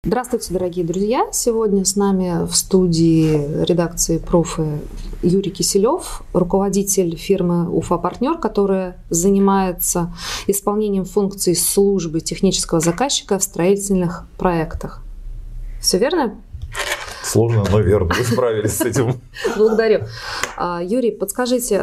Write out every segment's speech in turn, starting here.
Здравствуйте, дорогие друзья! Сегодня с нами в студии редакции «Профи» Юрий Киселев, руководитель фирмы «Уфа-партнер», которая занимается исполнением функций службы технического заказчика в строительных проектах. Все верно? Сложно, но верно. Вы справились с этим. Благодарю. Юрий, подскажите,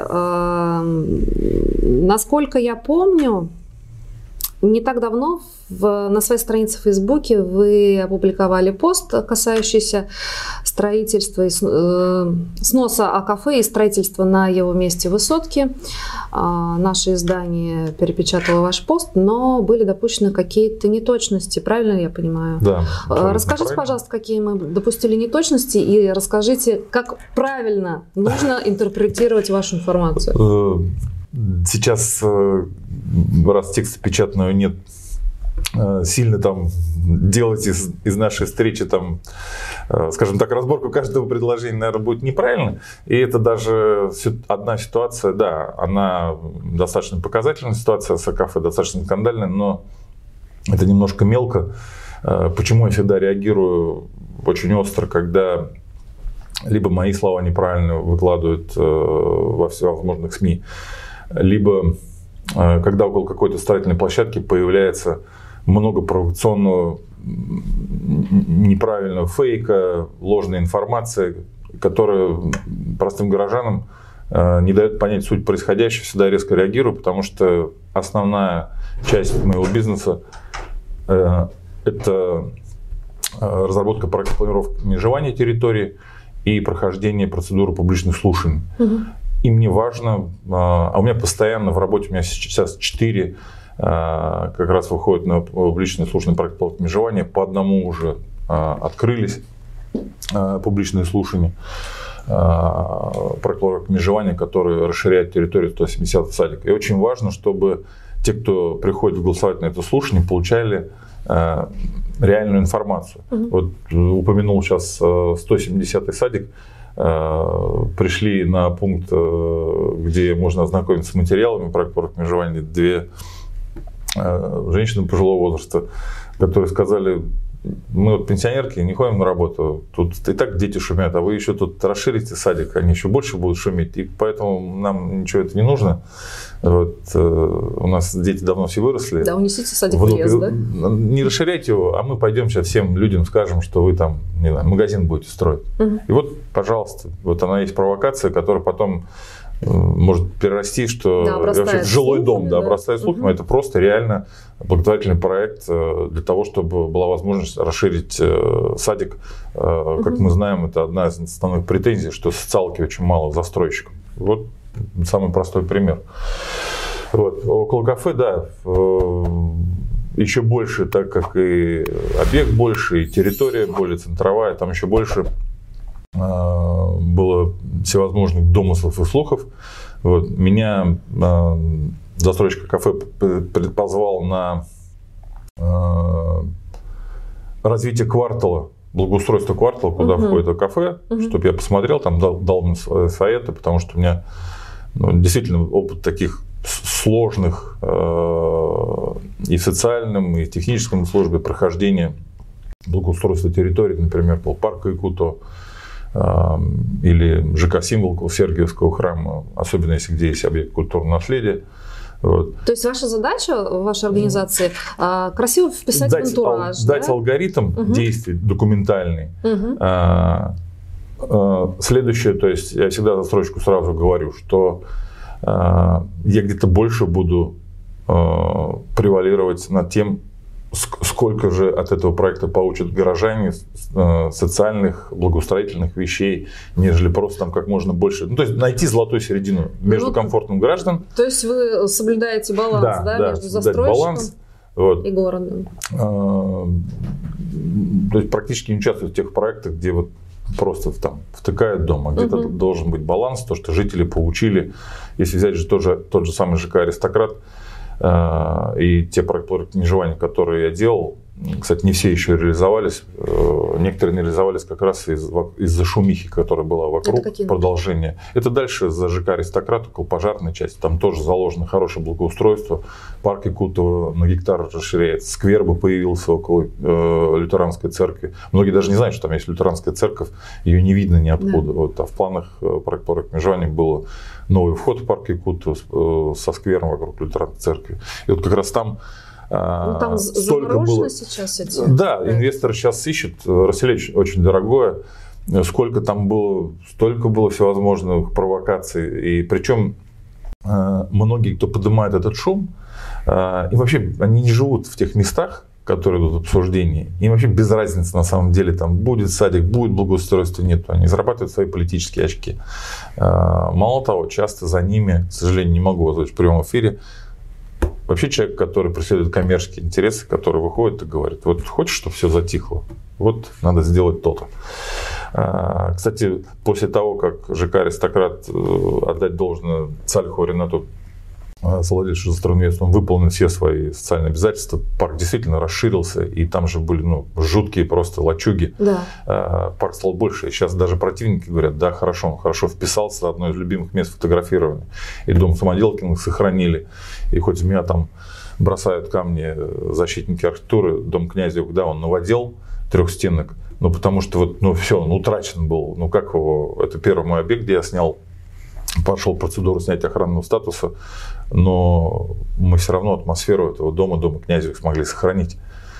насколько я помню, не так давно на своей странице в Фейсбуке вы опубликовали пост, касающийся строительства, сноса АКФ и строительства на его месте высотки. Наше издание перепечатало ваш пост, но были допущены какие-то неточности, правильно ли я понимаю? Да. Расскажите, пожалуйста, какие мы допустили неточности, и расскажите, как правильно нужно интерпретировать вашу информацию. Сейчас, раз текста печатного нет, сильно там делать из нашей встречи, там, скажем так, разборку каждого предложения, наверное, будет неправильно. И это даже одна ситуация, да, она достаточно показательная, ситуация с АКФ достаточно скандальная, но это немножко мелко. Почему я всегда реагирую очень остро, когда либо мои слова неправильно выкладывают во всевозможных СМИ, либо когда около какой-то строительной площадки появляется много провокационного, неправильного фейка, ложной информации, которая простым горожанам не дает понять суть происходящего. Всегда резко реагирую, потому что основная часть моего бизнеса – это разработка проекта планировки межевания территории и прохождение процедуры публичных слушаний. И мне важно, а у меня постоянно в работе, у меня сейчас 4 как раз выходят на публичные слушания проекта планировки межевания, по одному уже открылись публичные слушания проекта планировки межевания, которые расширяют территорию 170 садик. И очень важно, чтобы те, кто приходит голосовать на это слушание, получали реальную информацию. Вот упомянул сейчас 170-й садик. Пришли на пункт, где можно ознакомиться с материалами проекта планировки межевания, 2 женщины пожилого возраста, которые сказали: мы вот пенсионерки, не ходим на работу, тут и так дети шумят, а вы еще тут расширите садик, они еще больше будут шуметь, и поэтому нам ничего это не нужно. Вот, у нас дети давно все выросли. Да, унесите садик в лес, да? Не расширяйте его, а мы пойдем сейчас всем людям скажем, что вы там, не знаю, магазин будете строить. И вот, пожалуйста, вот она есть провокация, которая потом может перерасти, что вообще в жилой дом, да, обрастает слухами. Это просто реально благотворительный проект для того, чтобы была возможность расширить садик. Как мы знаем, это одна из основных претензий, что социалки очень мало застройщиков. Вот самый простой пример. Вот. Около кафе, да, еще больше, так как и объект больше, и территория более центровая, там еще больше было всевозможных домыслов и слухов. Вот. Меня застройщик кафе позвал на развитие квартала, благоустройство квартала, куда входит это кафе, чтобы я посмотрел, там дал мне советы, потому что у меня действительно опыт таких сложных и в социальном, и в техническом службе прохождения благоустройства территории, например, полпарка Якуто, или ЖК «Символ» Сергиевского храма, особенно если где есть объект культурного наследия. Вот. То есть ваша задача в вашей организации красиво вписать в антураж, дать алгоритм действий документальный. Следующее, то есть я всегда застройщику сразу говорю, что я где-то больше буду превалировать над тем, сколько же от этого проекта получат горожане социальных, благоустроительных вещей, нежели просто там как можно больше. Ну, то есть найти злотую середину между комфортом граждан. То есть вы соблюдаете баланс, да, между застройщиком и городом? То есть практически не участвую в тех проектах, где вот просто там втыкают дом, а где-то должен быть баланс, то, что жители получили. Если взять же тот же самый ЖК «Аристократ», и те проекты межевания, которые я делал, кстати, не все еще реализовались. Некоторые не реализовались как раз из-за шумихи, которая была вокруг, продолжения. Это дальше за ЖК «Аристократ», около пожарной части. Там тоже заложено хорошее благоустройство. Парк Якутова на гектар расширяется. Сквер бы появился около лютеранской церкви. Многие даже не знают, что там есть лютеранская церковь. Ее не видно ниоткуда. Да. Вот, а в планах проекта межевания было новый вход в парк Якутова со сквером вокруг лютеранской церкви. И вот как раз там там столько было сейчас эти. Да, инвесторы сейчас ищут, расселение очень дорогое. Сколько там было, столько было всевозможных провокаций. И причем многие, кто поднимает этот шум, и вообще они не живут в тех местах, которые идут в обсуждении. Им вообще без разницы на самом деле, там будет садик, будет благоустройство, нет. Они зарабатывают свои политические очки. Мало того, часто за ними, к сожалению, не могу озвучить в прямом эфире, вообще человек, который преследует коммерческие интересы, который выходит и говорит: вот хочешь, чтобы все затихло, вот надо сделать то-то. Кстати, после того, как ЖК «Аристократ», отдать должное Цалихову Ренату, совладельцу «Застройинвест», он выполнил все свои социальные обязательства, парк действительно расширился, и там же были жуткие просто лачуги. Да. Парк стал больше, и сейчас даже противники говорят: да, хорошо, он хорошо вписался, одно из любимых мест фотографирования. И дом Самоделкиных сохранили, и хоть в меня там бросают камни защитники архитектуры, дом Князевых, да, он новодел трехстенок, но потому что вот, все, он утрачен был. Как его, это первый мой объект, где я снял, прошел процедуру снятия охранного статуса, но мы все равно атмосферу этого дома Князевых смогли сохранить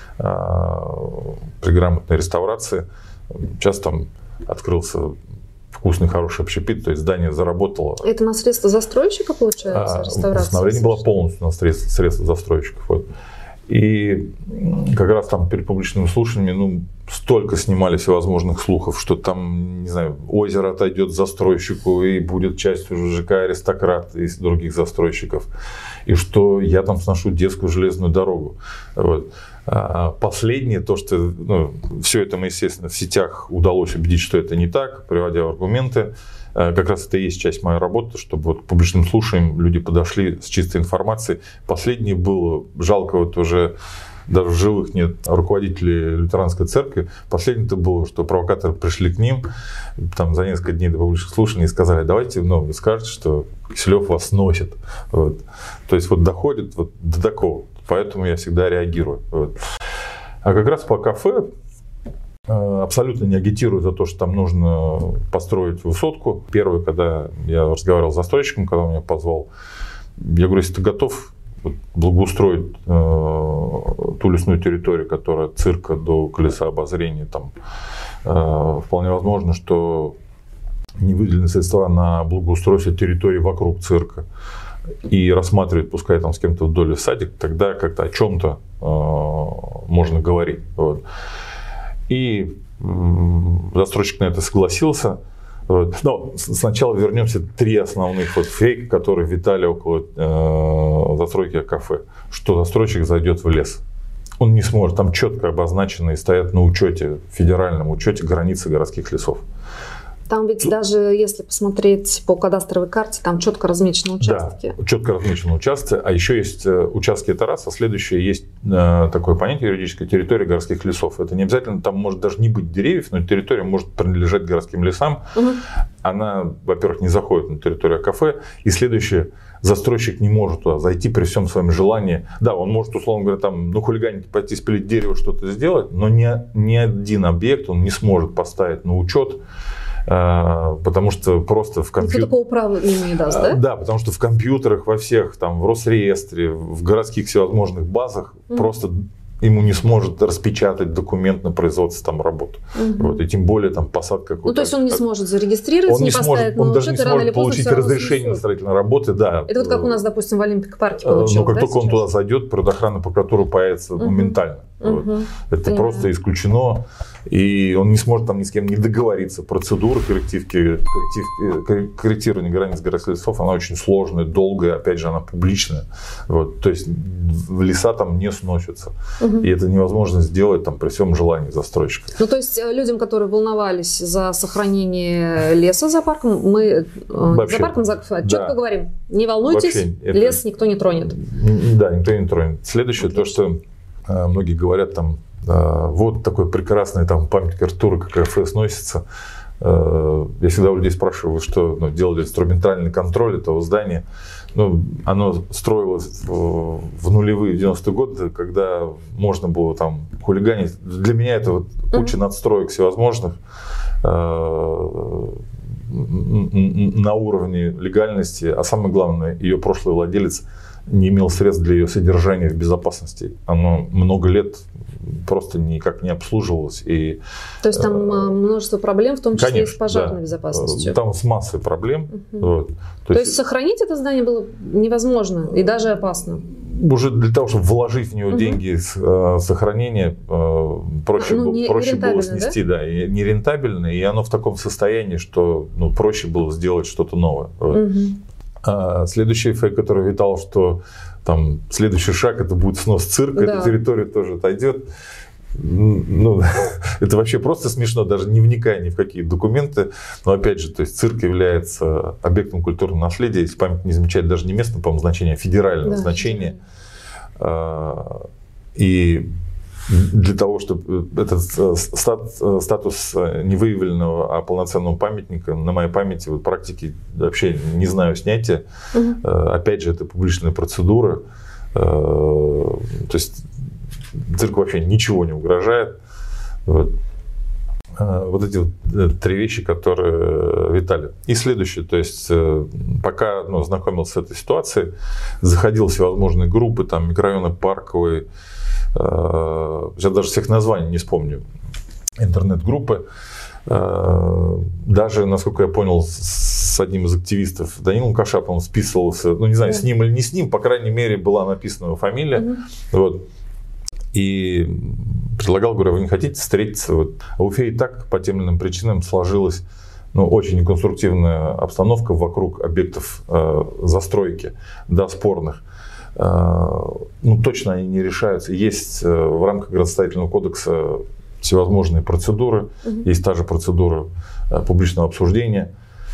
при грамотной реставрации. Сейчас там открылся вкусный, хороший общепит, то есть здание заработало. Это на средства застройщика, получается, реставрация? Восстановление было полностью на средства застройщиков. Вот. И как раз там перед публичными слушаниями столько снимали всевозможных слухов, что там, не знаю, озеро отойдет застройщику и будет частью ЖК «Аристократ» и других застройщиков, и что я там сношу детскую железную дорогу. Вот. Последнее, то, что все это мы, естественно, в сетях удалось убедить, что это не так, приводя аргументы. Как раз это и есть часть моей работы, чтобы вот к публичным слушаниям люди подошли с чистой информацией. Последнее было, жалко, вот уже даже в живых нет руководителей лютеранской церкви. Последнее-то было, что провокаторы пришли к ним там, за несколько дней до публичных слушаний и сказали: давайте, вы скажете, что Киселев вас носит. Вот. То есть вот доходит вот до такого. Поэтому я всегда реагирую. Вот. А как раз по кафе абсолютно не агитирую за то, что там нужно построить высотку. Первый, когда я разговаривал с застройщиком, когда он меня позвал, я говорю: если ты готов благоустроить ту лесную территорию, которая от цирка до колеса обозрения, там вполне возможно, что не выделены средства на благоустройство территории вокруг цирка, и рассматривать, пускай там с кем-то в доле садик, тогда как-то о чем-то можно говорить. Вот. И застройщик на это согласился. Вот. Но сначала вернемся 3 основных фейка, которые витали около застройки кафе. Что застройщик зайдет в лес. Он не сможет. Там четко обозначены и стоят на учете, федеральном учете границы городских лесов. Там ведь даже если посмотреть по кадастровой карте, там четко размечены участки. Да, четко размечены участки. А еще есть участки — это раз, а следующее есть такое понятие юридическое — территория городских лесов. Это не обязательно, там может даже не быть деревьев, но территория может принадлежать городским лесам. Угу. Она, во-первых, не заходит на территорию кафе. И следующее, застройщик не может туда зайти при всем своем желании. Да, он может, условно говоря, там, хулиганить, пойти спилить дерево, что-то сделать, но ни один объект он не сможет поставить на учет, потому что просто в компьютерах... Никто такого права не даст, да? Да, потому что в компьютерах, во всех, там, в Росреестре, в городских всевозможных базах просто ему не сможет распечатать документ на производство там работы. Вот, и тем более там посадка какой-то. То есть он не сможет зарегистрировать, не поставить на учет, он даже не сможет получить разрешение на строительные работы. Да. Это вот как у нас, допустим, в Олимпик-парке получилось. Но как только он туда зайдет, природоохранная прокуратура появится моментально. Вот. Это просто исключено. И он не сможет там ни с кем не договориться. Процедура корректирования границ городских лесов, она очень сложная, долгая, опять же, она публичная. Вот. То есть в леса там не сносятся. И это невозможно сделать там, при всем желании застройщика. То есть людям, которые волновались за сохранение леса за парком, мы вообще, за парком четко говорим: не волнуйтесь, вообще, лес никто не тронет. Да, никто не тронет. Следующее, то, что многие говорят, там, вот такой прекрасный там памятник архитектуры, как АФС сносится. Я всегда у людей спрашиваю, вы что, делали инструментальный контроль этого здания? Оно строилось в нулевые 90-е годы, когда можно было там хулиганить. Для меня это вот куча надстроек всевозможных на уровне легальности, а самое главное, ее прошлый владелец не имел средств для ее содержания в безопасности. Оно много лет просто никак не обслуживалось. И, то есть там множество проблем, в том числе конечно, и с пожарной безопасностью. Там с массой проблем. Вот. То есть сохранить это здание было невозможно и даже опасно. Уже для того, чтобы вложить в него деньги сохранения, проще было снести, да? И нерентабельно, и оно в таком состоянии, что проще было сделать что-то новое. Вот. Следующий эффект, который витал, что там следующий шаг это будет снос цирка, эта территория тоже отойдет. Это вообще просто смешно, даже не вникая ни в какие документы. Но опять же, то есть цирк является объектом культурного наследия, если память не замечает даже не местного, по-моему, значения, а федерального значения. И для того, чтобы этот статус невыявленного, а полноценного памятника на моей памяти вот практики вообще не знаю снятия. Опять же, это публичная процедура. То есть цирку вообще ничего не угрожает. Вот эти вот три вещи, которые витали. И следующее, то есть пока знакомился с этой ситуацией, заходил в всевозможные группы, там микрорайоны Парковые, сейчас даже всех названий не вспомню, интернет-группы. Даже, насколько я понял, с одним из активистов, Данилом Кашаповым, списывался, не знаю, с ним или не с ним, по крайней мере, была написана его фамилия. Вот. И предлагал, говорю, вы не хотите встретиться? Вот. А в Уфе и так по тем или иным причинам сложилась очень неконструктивная обстановка вокруг объектов застройки, спорных. Точно они не решаются. Есть в рамках градостроительного кодекса всевозможные процедуры. Есть та же процедура публичного обсуждения.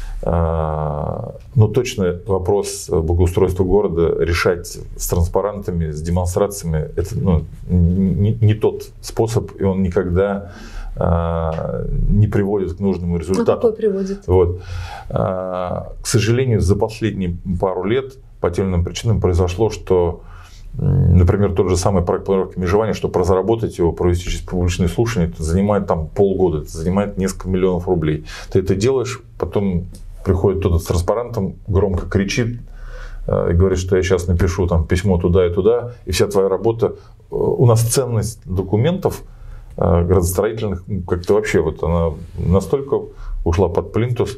Но точно вопрос благоустройства города решать с транспарантами, с демонстрациями, это не тот способ, и он никогда не приводит к нужному результату. А какой приводит? Вот. К сожалению, за последние пару лет по тем или иным причинам произошло, что, например, тот же самый проект планировки межевания, чтобы разработать его, провести через публичные слушания, это занимает там полгода, это занимает несколько миллионов рублей. Ты это делаешь, потом приходит кто-то с транспарантом, громко кричит и говорит, что я сейчас напишу там письмо туда и туда, и вся твоя работа. У нас ценность документов градостроительных как-то вообще вот она настолько ушла под плинтус,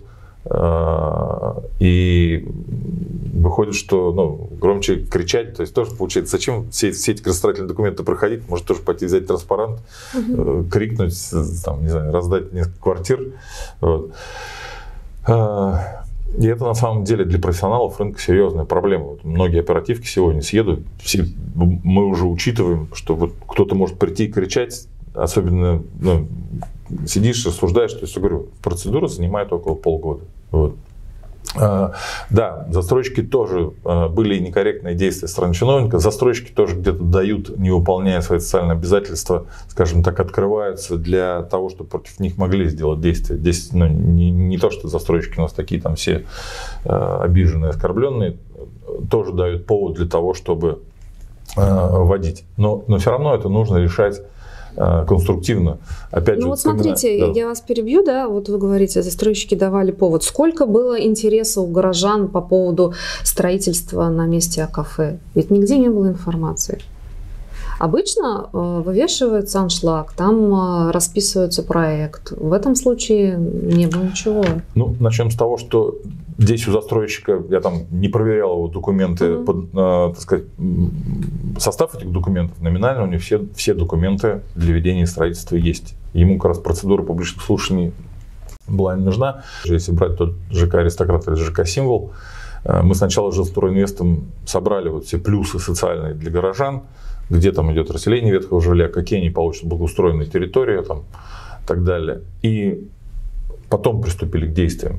и выходит, что громче кричать, то есть тоже получается, зачем все эти градостроительные документы проходить, может тоже пойти взять транспарант, крикнуть, там, не знаю, раздать несколько квартир. Вот. И это на самом деле для профессионалов рынка серьезная проблема. Вот многие оперативки сегодня съедут, мы уже учитываем, что вот кто-то может прийти и кричать, особенно сидишь, рассуждаешь, то есть я говорю, процедура занимает около полгода. Вот. Да, застройщики тоже были некорректные действия со стороны чиновника, застройщики тоже где-то дают, не выполняя свои социальные обязательства, скажем так, открываются для того, чтобы против них могли сделать действия. Здесь не то, что застройщики у нас такие там все обиженные, оскорбленные, тоже дают повод для того, чтобы вводить. Но все равно это нужно решать конструктивно. Опять же, вот смотрите, я вас перебью, вот вы говорите, застройщики давали повод. Сколько было интереса у горожан по поводу строительства на месте АКФ? Ведь нигде не было информации. Обычно вывешивается аншлаг, там расписывается проект. В этом случае не было ничего. Начнем с того, что здесь у застройщика, я там не проверял его документы, так сказать, состав этих документов, номинально у него все документы для ведения строительства есть. Ему как раз процедура публичных слушаний была не нужна. Если брать тот ЖК «Аристократ» или ЖК «Символ», мы сначала с Жилстройинвестом собрали вот все плюсы социальные для горожан, где там идет расселение ветхого жилья, какие они получат благоустроенные территории там, и так далее. И потом приступили к действиям.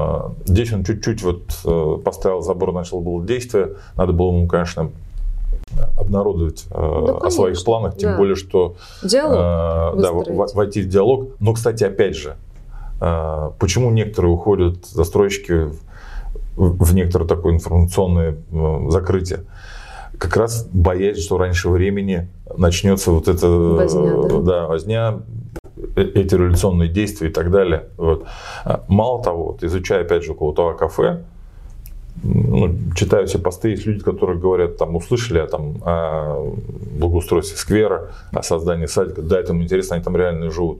Здесь он чуть-чуть поставил забор, начал было действие. Надо было ему, конечно, обнародовать о своих планах, тем более, что войти в диалог. Но, кстати, опять же, почему некоторые уходят, застройщики, в некоторое такое информационное закрытие? Как раз боясь, что раньше времени начнется вот эта возня, эти революционные действия и так далее. Вот. Мало того, вот, изучая опять же около того кафе, читаю все посты, есть люди, которые говорят, там, услышали о благоустройстве сквера, о создании садика, да, это им интересно, они там реально живут.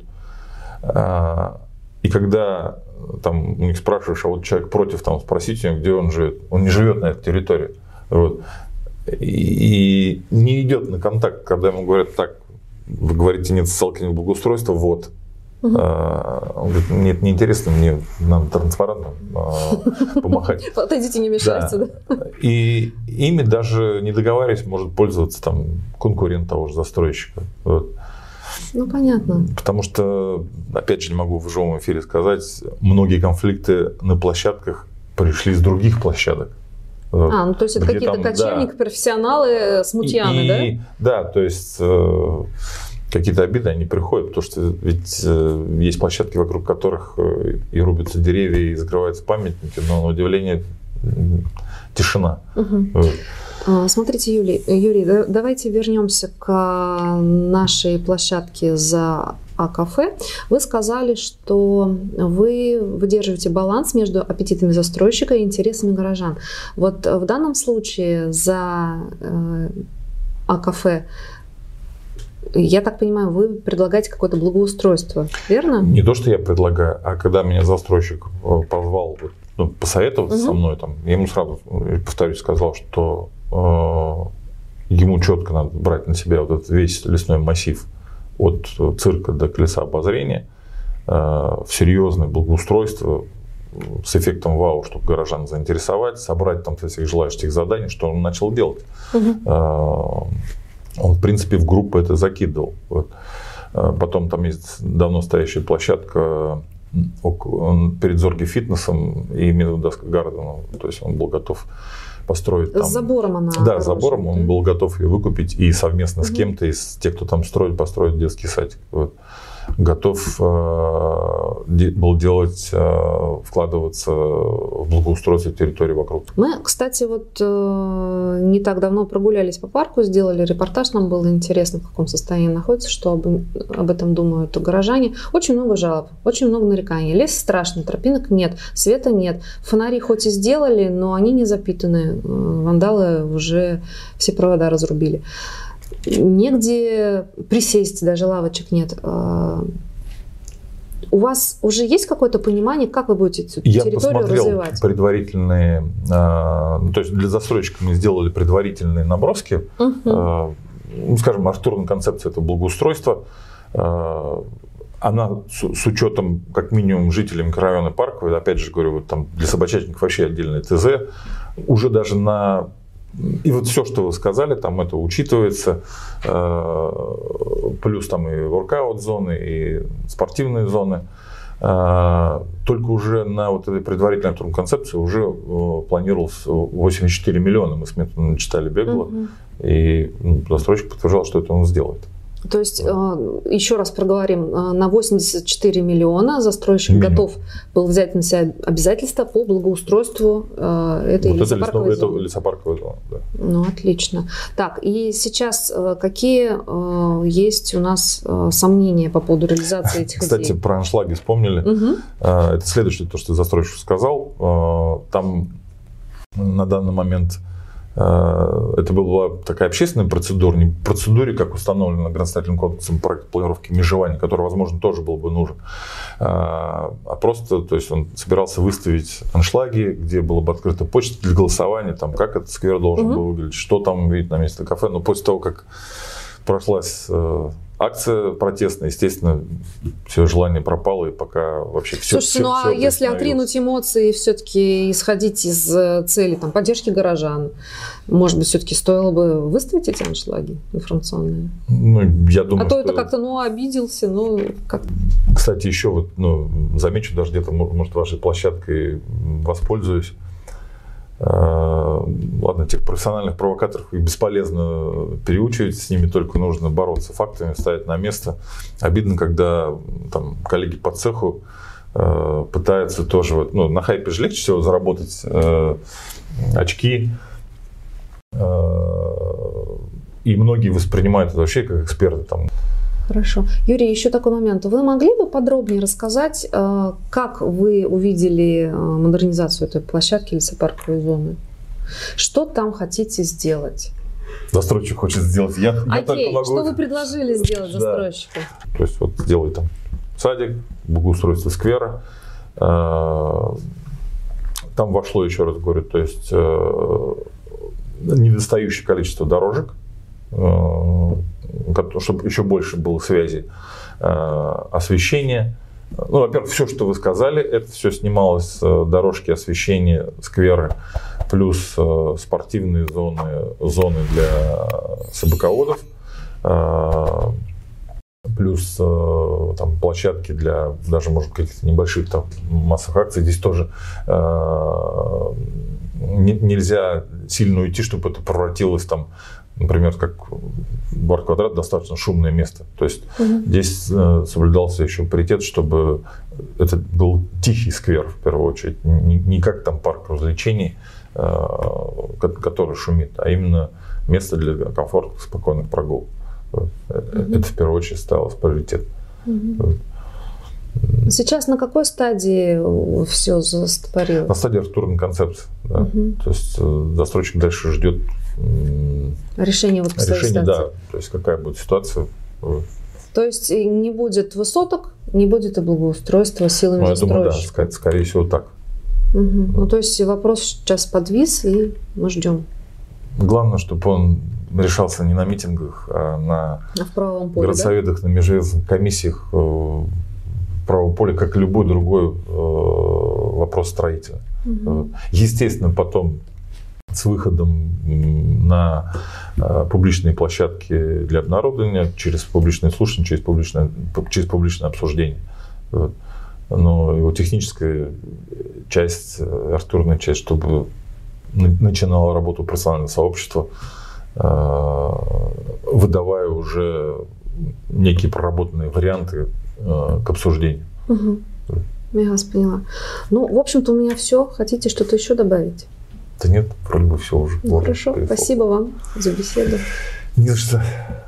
И когда там у них спрашиваешь, а вот человек против, там, спросить у него, где он живет, он не живет на этой территории. Вот. И не идет на контакт, когда ему говорят, так, вы говорите, нет сталкивания благоустройства, вот. Он говорит, нет, неинтересно, мне надо транспарантом помахать. Отойдите, не мешайте. Да. И ими даже не договариваясь, может пользоваться там конкурент того же застройщика. Вот. Ну, понятно. Потому что, опять же, не могу в живом эфире сказать, многие конфликты на площадках пришли с других площадок. Ну то есть это какие-то кочевники, профессионалы, смутьяны, да? Да, то есть какие-то обиды, они приходят, потому что ведь есть площадки, вокруг которых и рубятся деревья, и закрываются памятники, но на удивление тишина. Смотрите, Юрий, давайте вернемся к нашей площадке за А-кафе. Вы сказали, что вы выдерживаете баланс между аппетитами застройщика и интересами горожан. Вот в данном случае за А-кафе, я так понимаю, вы предлагаете какое-то благоустройство, верно? Не то, что я предлагаю, а когда меня застройщик позвал, посоветоваться со мной, я ему сразу, повторюсь, сказал, что ему четко надо брать на себя вот этот весь лесной массив от цирка до колеса обозрения в серьезное благоустройство с эффектом вау, чтобы горожан заинтересовать, собрать там всех желающих заданий, что он начал делать. Он, в принципе, в группу это закидывал. Вот. Потом там есть давно стоящая площадка перед Зорги фитнесом и Медведовск Гарденом. То есть он был готов построить там. С забором она. Да, с забором он был готов ее выкупить и совместно с кем-то из тех, кто там строит, построить детский садик. Вот. Готов был делать, вкладываться в благоустройство территории вокруг. Мы, кстати, вот не так давно прогулялись по парку, сделали репортаж, нам было интересно, в каком состоянии находится, что об этом думают горожане. Очень много жалоб, очень много нареканий. Лес страшный, тропинок нет, света нет. Фонари хоть и сделали, но они не запитаны. Вандалы уже все провода разрубили. Негде присесть, даже лавочек нет. У вас уже есть какое-то понимание, как вы будете эту территорию развивать? Я предварительные, то есть для застройщика мы сделали предварительные наброски, скажем, архитектурная концепция этого благоустройства. Она с учетом, как минимум, жителей микрорайона Парковой, опять же говорю, вот там для собачатников вообще отдельное ТЗ, уже даже на... И вот все, что вы сказали, там это учитывается, плюс там и воркаут-зоны, и спортивные зоны. Только уже на вот этой предварительной концепции уже планировалось 84 миллиона. Мы смету начитали бегло, и застройщик подтверждал, что это он сделает. То есть, еще раз проговорим, на 84 миллиона застройщик готов был взять на себя обязательства по благоустройству этой лесопарковой зоны. Лесопарковой зоны, да. Ну, отлично. Так, и сейчас какие есть у нас сомнения по поводу реализации этих идей? Кстати, про аншлаги вспомнили. Это следующее, то, что застройщик сказал. Там на данный момент... Это была такая общественная процедура, не процедуре, как установлено градостроительным кодексом проект планировки межевания, который, возможно, тоже был бы нужен, а просто, то есть он собирался выставить аншлаги, где была бы открыта почта для голосования, там, как этот сквер должен был выглядеть, что там видеть на месте кафе. Но после того, как прошлась акция протестная, естественно, все желание пропало, и пока вообще все. Слушайте, а если отринуть эмоции и все-таки исходить из цели там, поддержки горожан, может быть, все-таки стоило бы выставить эти аншлаги информационные? Ну, я думаю, это как-то, обиделся, как... Кстати, еще вот, замечу, даже где-то, может, вашей площадкой воспользуюсь. Ладно, тех профессиональных провокаторов их бесполезно переучивать, с ними только нужно бороться фактами, ставить на место. Обидно, когда там коллеги по цеху пытаются тоже, ну, на хайпе же легче всего заработать очки, и многие воспринимают это вообще как эксперты там. Хорошо. Юрий, еще такой момент. Вы могли бы подробнее рассказать, как вы увидели модернизацию этой площадки лесопарковой зоны? Что там хотите сделать? Застройщик хочет сделать. Я только могу... Что вы предложили сделать застройщику? Да. То есть вот сделать там садик, благоустройство сквера. Там вошло, еще раз говорю, то есть недостающее количество дорожек, чтобы еще больше было связи, освещение. Ну, во-первых, все, что вы сказали, это все снималось с дорожки, освещения, скверы, плюс спортивные зоны для собаководов, плюс там площадки для даже, может, каких-то небольших там массовых акций. Здесь тоже нельзя сильно уйти, чтобы это превратилось там, например, как Бар-Квадрат, достаточно шумное место. То есть здесь соблюдался еще паритет, чтобы это был тихий сквер, в первую очередь. Не как там парк развлечений, который шумит, а именно место для комфортных, спокойных прогулок. Это в первую очередь ставилось в приоритет. Сейчас на какой стадии все застопорилось? На стадии архитектурной концепции. Да. То есть застройщик дальше ждет решение вот решение, да, то есть какая будет ситуация. То есть не будет высоток, не будет и благоустройства силами застройщика? Я думаю, да, скорее всего так. Ну, то есть вопрос сейчас подвис, и мы ждем. Главное, чтобы он решался не на митингах, а в правом поле, городсоветах, да? На межведомственных комиссиях в правом поле, как и любой другой вопрос строительный. Естественно, потом с выходом на публичные площадки для обнародования, через публичные слушания, через публичное обсуждение. Но его техническая часть, архитектурная часть, чтобы начинало работу профессионального сообщества, выдавая уже некие проработанные варианты к обсуждению. Я вас поняла. Ну, в общем-то, у меня все. Хотите что-то еще добавить? Да нет, вроде бы все уже. Хорошо, спасибо вам за беседу. Не за что.